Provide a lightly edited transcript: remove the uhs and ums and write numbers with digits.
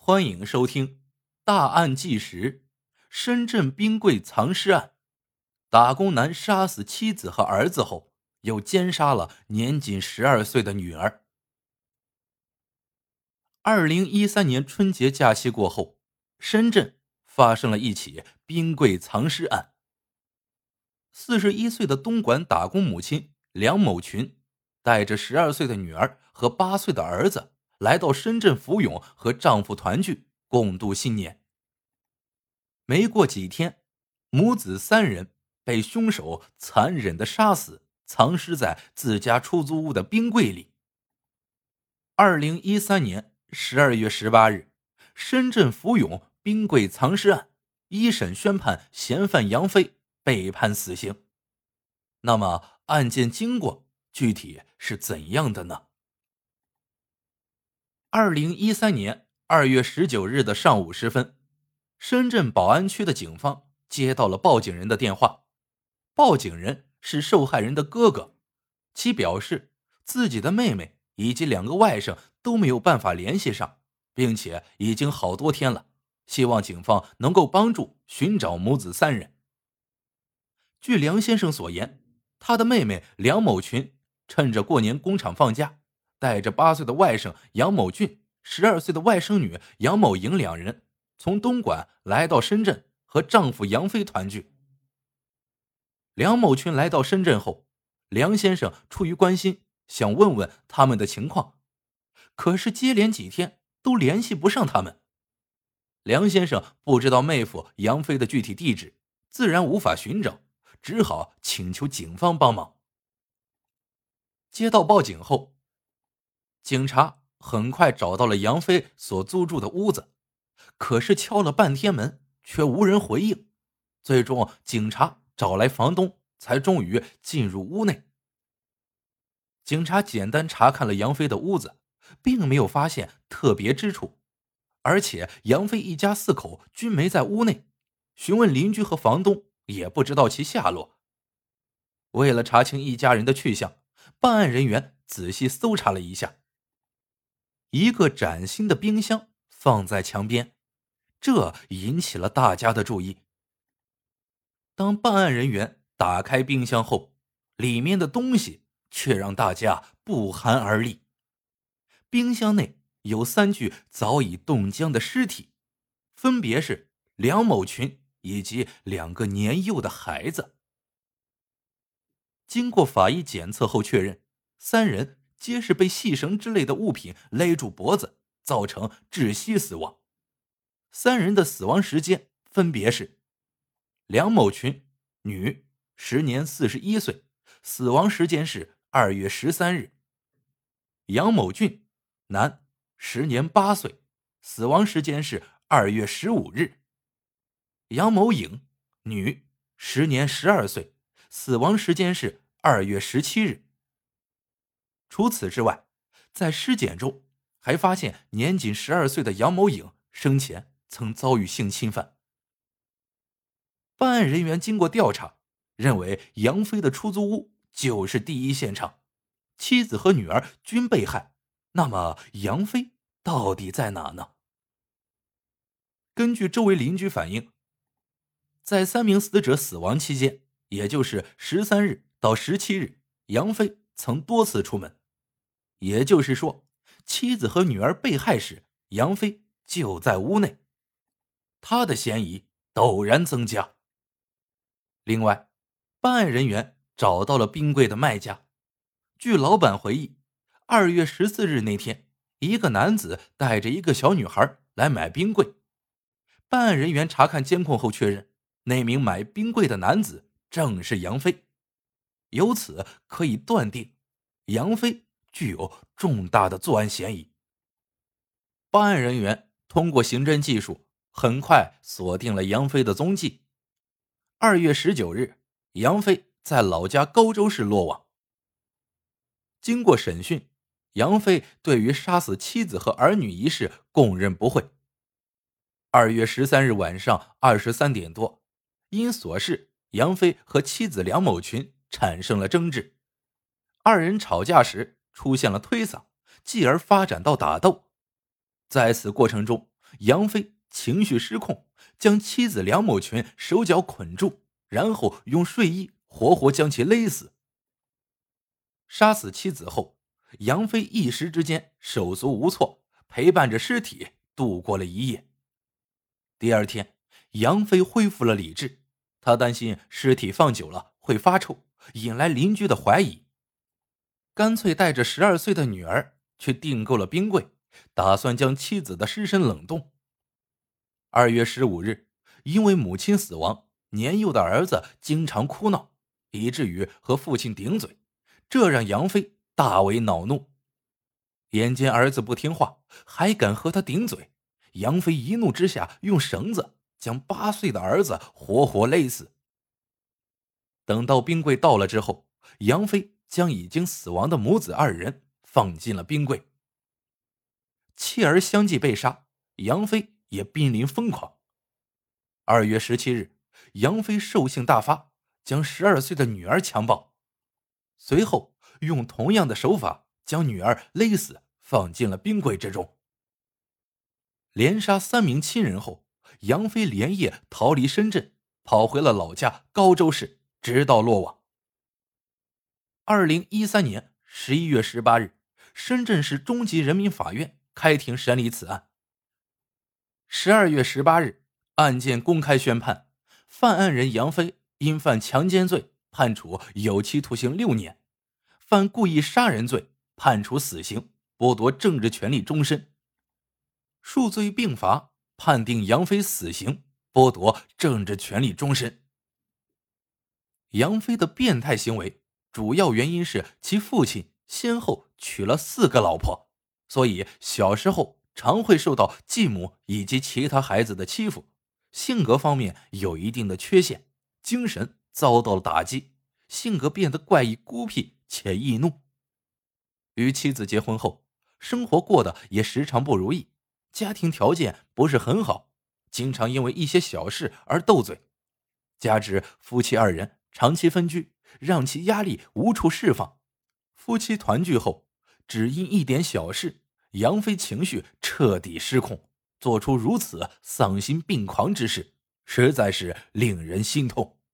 欢迎收听《大案纪实：深圳冰柜藏尸案》。打工男杀死妻子和儿子后，又奸杀了年仅12岁的女儿。2013年春节假期过后，深圳发生了一起冰柜藏尸案。41岁的东莞打工母亲梁某群带着12岁的女儿和8岁的儿子来到深圳福永和丈夫团聚，共度新年。没过几天，母子3人被凶手残忍地杀死，藏尸在自家出租屋的冰柜里。2013年12月18日，深圳福永冰柜藏尸案一审宣判嫌犯杨飞被判死刑。那么案件经过具体是怎样的呢？2013年2月19日的上午时分，深圳宝安区的警方接到了报警人的电话。报警人是受害人的哥哥，其表示自己的妹妹以及2个外甥都没有办法联系上，并且已经好多天了，希望警方能够帮助寻找母子3人。据梁先生所言，他的妹妹梁某群趁着过年工厂放假，带着8岁的外甥杨某俊、12岁的外甥女杨某莹2人从东莞来到深圳和丈夫杨飞团聚。梁某群来到深圳后，梁先生出于关心，想问问他们的情况，可是接连几天都联系不上他们。梁先生不知道妹夫杨飞的具体地址，自然无法寻找，只好请求警方帮忙。接到报警后，警察很快找到了杨飞所租住的屋子，可是敲了半天门却无人回应。最终警察找来房东，才终于进入屋内。警察简单查看了杨飞的屋子，并没有发现特别之处，而且杨飞一家4口均没在屋内，询问邻居和房东也不知道其下落。为了查清一家人的去向，办案人员仔细搜查了一下。一个崭新的冰箱放在墙边，这引起了大家的注意。当办案人员打开冰箱后，里面的东西却让大家不寒而栗。冰箱内有3具早已冻僵的尸体，分别是梁某群以及2个年幼的孩子。经过法医检测后确认，3人皆是被细绳之类的物品勒住脖子，造成窒息死亡。3人的死亡时间分别是梁某群，女，时年41岁，死亡时间是2月13日；杨某俊，男，时年8岁，死亡时间是2月15日；杨某颖，女，时年12岁，死亡时间是2月17日。除此之外，在尸检中还发现年仅12岁的杨某颖生前曾遭遇性侵犯。办案人员经过调查，认为杨飞的出租屋就是第一现场，妻子和女儿均被害，那么杨飞到底在哪呢？根据周围邻居反映，在3名死者死亡期间，也就是13日到17日，杨飞曾多次出门，也就是说，妻子和女儿被害时，杨飞就在屋内，他的嫌疑陡然增加。另外，办案人员找到了冰柜的卖家。据老板回忆，2月14日那天，一个男子带着一个小女孩来买冰柜。办案人员查看监控后确认，那名买冰柜的男子正是杨飞。由此可以断定，杨飞具有重大的作案嫌疑。办案人员通过刑侦技术，很快锁定了杨飞的踪迹。2月19日，杨飞在老家高州市落网。经过审讯，杨飞对于杀死妻子和儿女一事供认不讳。2月13日晚上23点多，因琐事，杨飞和妻子梁某群产生了争执。2人吵架时出现了推搡，继而发展到打斗。在此过程中， 杨飞情绪失控，将妻子梁某群手脚捆住，然后用睡衣活活将其勒死。杀死妻子后，杨飞一时之间手足无措，陪伴着尸体度过了一夜。第二天，杨飞恢复了理智，他担心尸体放久了会发臭，引来邻居的怀疑，干脆带着12岁的女儿去订购了冰柜，打算将妻子的尸身冷冻。2月15日，因为母亲死亡，年幼的儿子经常哭闹，以至于和父亲顶嘴，这让杨飞大为恼怒。眼见儿子不听话，还敢和他顶嘴，杨飞一怒之下用绳子将8岁的儿子活活勒死。等到冰柜到了之后，杨飞将已经死亡的母子2人放进了冰柜。妻儿相继被杀，杨飞也濒临疯狂。2月17日，杨飞兽性大发，将12岁的女儿强暴，随后用同样的手法将女儿勒死，放进了冰柜之中。连杀3名亲人后，杨飞连夜逃离深圳，跑回了老家高州市，直到落网。2013年11月18日，深圳市中级人民法院开庭审理此案。12月18日，案件公开宣判，犯案人杨飞因犯强奸罪判处有期徒刑6年，犯故意杀人罪判处死刑，剥夺政治权利终身。数罪并罚，判定杨飞死刑，剥夺政治权利终身。杨飞的变态行为主要原因是其父亲先后娶了4个老婆，所以小时候常会受到继母以及其他孩子的欺负，性格方面有一定的缺陷，精神遭到了打击，性格变得怪异孤僻且易怒。与妻子结婚后，生活过得也时常不如意，家庭条件不是很好，经常因为一些小事而斗嘴，加之夫妻2人长期分居，让其压力无处释放。夫妻团聚后，只因一点小事，杨飞情绪彻底失控，做出如此丧心病狂之事，实在是令人心痛。